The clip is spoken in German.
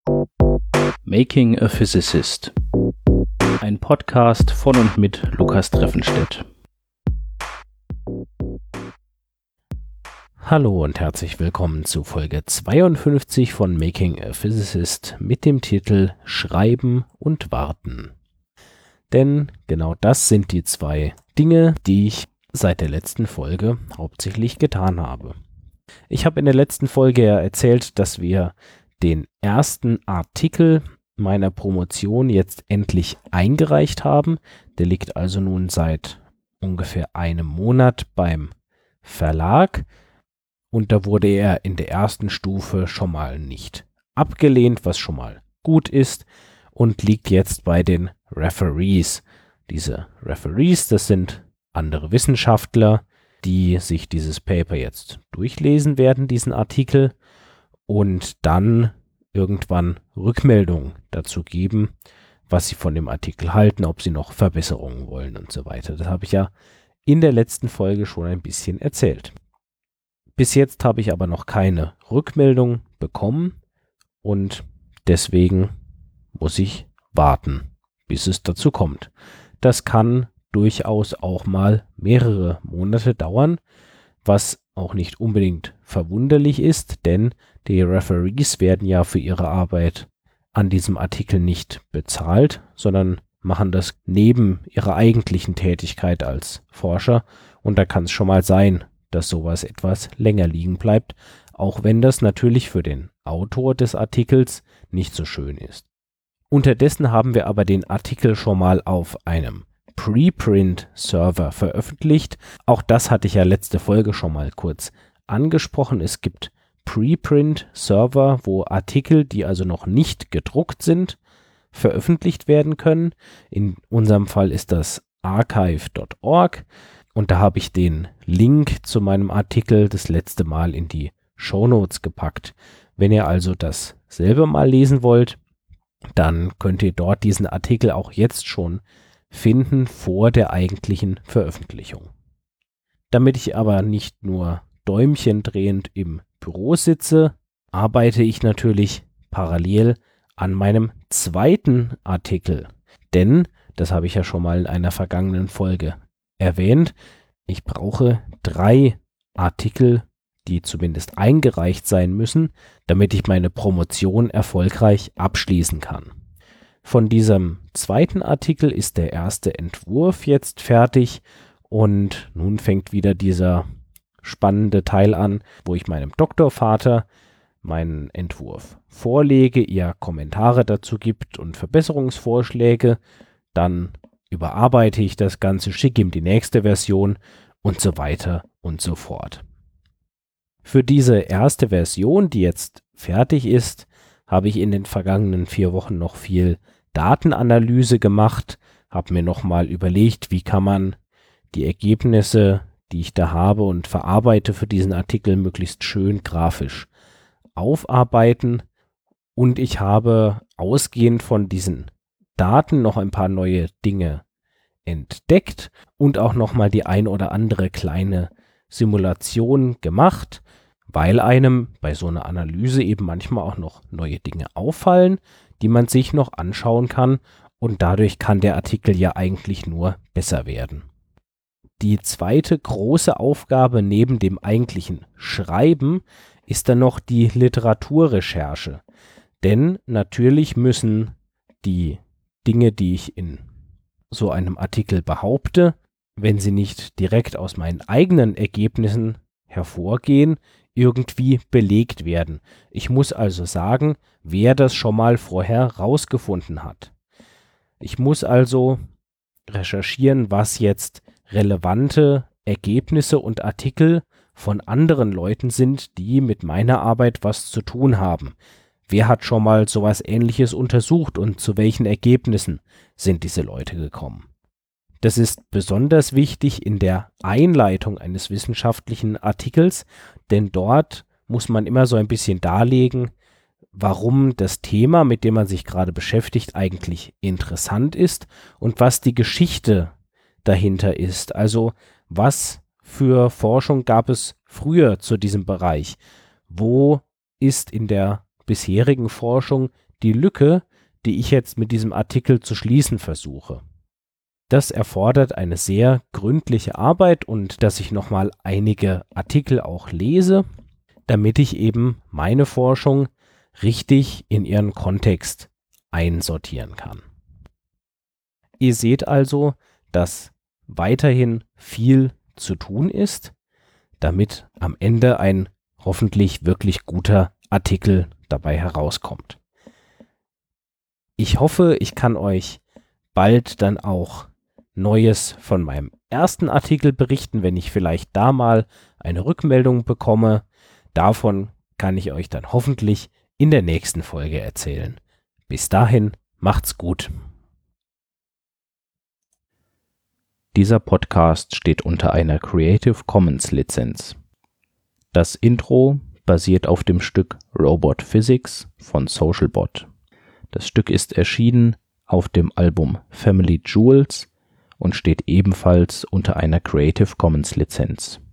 Making a Physicist. Ein Podcast von und mit Lukas Treffenstedt. Hallo und herzlich willkommen zu Folge 52 von Making a Physicist mit dem Titel Schreiben und Warten. Denn genau das sind die zwei Dinge, die ich seit der letzten Folge hauptsächlich getan habe. Ich habe in der letzten Folge ja erzählt, dass wir den ersten Artikel meiner Promotion jetzt endlich eingereicht haben. Der liegt also nun seit ungefähr einem Monat beim Verlag und da wurde er in der ersten Stufe schon mal nicht abgelehnt, was schon mal gut ist, und liegt jetzt bei den Referees. Diese Referees, das sind andere Wissenschaftler, die sich dieses Paper jetzt durchlesen werden, diesen Artikel, und dann irgendwann Rückmeldungen dazu geben, was sie von dem Artikel halten, ob sie noch Verbesserungen wollen und so weiter. Das habe ich ja in der letzten Folge schon ein bisschen erzählt. Bis jetzt habe ich aber noch keine Rückmeldung bekommen und deswegen muss ich warten, bis es dazu kommt. Das kann durchaus auch mal mehrere Monate dauern, was auch nicht unbedingt verwunderlich ist, denn die Referees werden ja für ihre Arbeit an diesem Artikel nicht bezahlt, sondern machen das neben ihrer eigentlichen Tätigkeit als Forscher, und da kann es schon mal sein, dass sowas etwas länger liegen bleibt, auch wenn das natürlich für den Autor des Artikels nicht so schön ist. Unterdessen haben wir aber den Artikel schon mal auf einem Preprint-Server veröffentlicht. Auch das hatte ich ja letzte Folge schon mal kurz angesprochen. Es gibt Preprint-Server, wo Artikel, die also noch nicht gedruckt sind, veröffentlicht werden können. In unserem Fall ist das archive.org und da habe ich den Link zu meinem Artikel das letzte Mal in die Shownotes gepackt. Wenn ihr also das selber mal lesen wollt, dann könnt ihr dort diesen Artikel auch jetzt schon finden vor der eigentlichen Veröffentlichung. Damit ich aber nicht nur däumchendrehend im Büro sitze, arbeite ich natürlich parallel an meinem zweiten Artikel. Denn, das habe ich ja schon mal in einer vergangenen Folge erwähnt, ich brauche 3 Artikel, die zumindest eingereicht sein müssen, damit ich meine Promotion erfolgreich abschließen kann. Von diesem zweiten Artikel ist der erste Entwurf jetzt fertig und nun fängt wieder dieser spannende Teil an, wo ich meinem Doktorvater meinen Entwurf vorlege, ihr Kommentare dazu gibt und Verbesserungsvorschläge, dann überarbeite ich das Ganze, schicke ihm die nächste Version und so weiter und so fort. Für diese erste Version, die jetzt fertig ist, habe ich in den vergangenen 4 Wochen noch viel Datenanalyse gemacht, habe mir nochmal überlegt, wie kann man die Ergebnisse, die ich da habe und verarbeite für diesen Artikel, möglichst schön grafisch aufarbeiten, und ich habe ausgehend von diesen Daten noch ein paar neue Dinge entdeckt und auch nochmal die ein oder andere kleine Simulation gemacht, weil einem bei so einer Analyse eben manchmal auch noch neue Dinge auffallen, die man sich noch anschauen kann, und dadurch kann der Artikel ja eigentlich nur besser werden. Die zweite große Aufgabe neben dem eigentlichen Schreiben ist dann noch die Literaturrecherche. Denn natürlich müssen die Dinge, die ich in so einem Artikel behaupte, wenn sie nicht direkt aus meinen eigenen Ergebnissen hervorgehen, irgendwie belegt werden. Ich muss also sagen, wer das schon mal vorher rausgefunden hat. Ich muss also recherchieren, was jetzt relevante Ergebnisse und Artikel von anderen Leuten sind, die mit meiner Arbeit was zu tun haben. Wer hat schon mal sowas Ähnliches untersucht und zu welchen Ergebnissen sind diese Leute gekommen? Das ist besonders wichtig in der Einleitung eines wissenschaftlichen Artikels, denn dort muss man immer so ein bisschen darlegen, warum das Thema, mit dem man sich gerade beschäftigt, eigentlich interessant ist und was die Geschichte dahinter ist. Also was für Forschung gab es früher zu diesem Bereich? Wo ist in der bisherigen Forschung die Lücke, die ich jetzt mit diesem Artikel zu schließen versuche. Das erfordert eine sehr gründliche Arbeit und dass ich nochmal einige Artikel auch lese, damit ich eben meine Forschung richtig in ihren Kontext einsortieren kann. Ihr seht also, dass weiterhin viel zu tun ist, damit am Ende ein hoffentlich wirklich guter Artikel dabei herauskommt. Ich hoffe, ich kann euch bald dann auch Neues von meinem ersten Artikel berichten, wenn ich vielleicht da mal eine Rückmeldung bekomme. Davon kann ich euch dann hoffentlich in der nächsten Folge erzählen. Bis dahin, macht's gut. Dieser Podcast steht unter einer Creative Commons Lizenz. Das Intro basiert auf dem Stück Robot Physics von Socialbot. Das Stück ist erschienen auf dem Album Family Jewels und steht ebenfalls unter einer Creative Commons Lizenz.